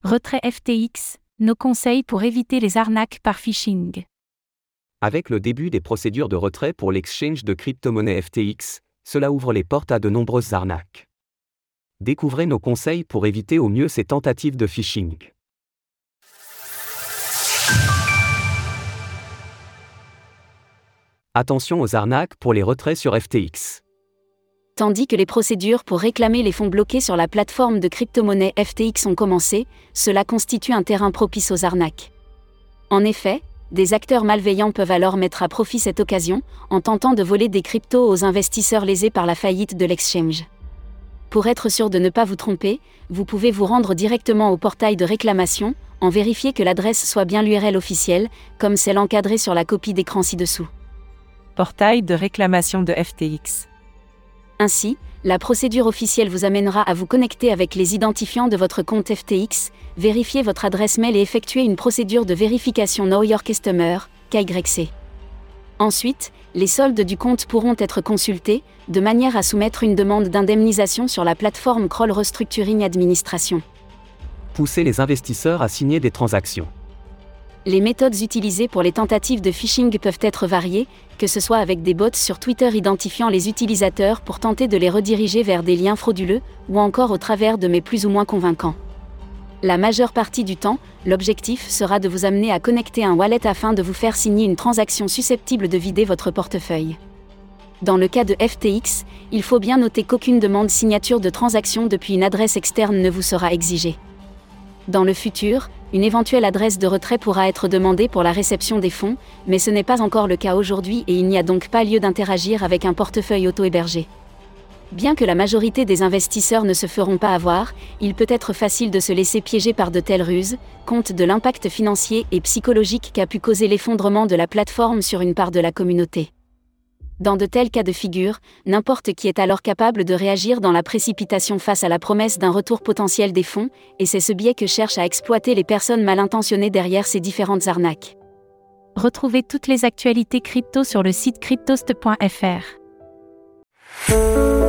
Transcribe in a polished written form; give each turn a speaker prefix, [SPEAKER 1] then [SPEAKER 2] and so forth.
[SPEAKER 1] Retrait FTX, nos conseils pour éviter les arnaques par phishing.
[SPEAKER 2] Avec le début des procédures de retrait pour l'exchange de crypto-monnaie FTX, cela ouvre les portes à de nombreuses arnaques. Découvrez nos conseils pour éviter au mieux ces tentatives de phishing. Attention aux arnaques pour les retraits sur FTX.
[SPEAKER 3] Tandis que les procédures pour réclamer les fonds bloqués sur la plateforme de crypto-monnaie FTX ont commencé, cela constitue un terrain propice aux arnaques. En effet, des acteurs malveillants peuvent alors mettre à profit cette occasion, en tentant de voler des cryptos aux investisseurs lésés par la faillite de l'exchange. Pour être sûr de ne pas vous tromper, vous pouvez vous rendre directement au portail de réclamation, en vérifier que l'adresse soit bien l'URL officielle, comme celle encadrée sur la copie d'écran ci-dessous.
[SPEAKER 4] Portail de réclamation de FTX.
[SPEAKER 3] Ainsi, la procédure officielle vous amènera à vous connecter avec les identifiants de votre compte FTX, vérifier votre adresse mail et effectuer une procédure de vérification Know Your Customer, KYC. Ensuite, les soldes du compte pourront être consultés, de manière à soumettre une demande d'indemnisation sur la plateforme Kroll Restructuring Administration.
[SPEAKER 2] Poussez les investisseurs à signer des transactions.
[SPEAKER 3] Les méthodes utilisées pour les tentatives de phishing peuvent être variées, que ce soit avec des bots sur Twitter identifiant les utilisateurs pour tenter de les rediriger vers des liens frauduleux, ou encore au travers de mails plus ou moins convaincants. La majeure partie du temps, l'objectif sera de vous amener à connecter un wallet afin de vous faire signer une transaction susceptible de vider votre portefeuille. Dans le cas de FTX, il faut bien noter qu'aucune demande signature de transaction depuis une adresse externe ne vous sera exigée. Dans le futur, une éventuelle adresse de retrait pourra être demandée pour la réception des fonds, mais ce n'est pas encore le cas aujourd'hui et il n'y a donc pas lieu d'interagir avec un portefeuille auto-hébergé. Bien que la majorité des investisseurs ne se feront pas avoir, il peut être facile de se laisser piéger par de telles ruses, compte de l'impact financier et psychologique qu'a pu causer l'effondrement de la plateforme sur une part de la communauté. Dans de tels cas de figure, n'importe qui est alors capable de réagir dans la précipitation face à la promesse d'un retour potentiel des fonds, et c'est ce biais que cherchent à exploiter les personnes mal intentionnées derrière ces différentes arnaques.
[SPEAKER 1] Retrouvez toutes les actualités crypto sur le site cryptost.fr.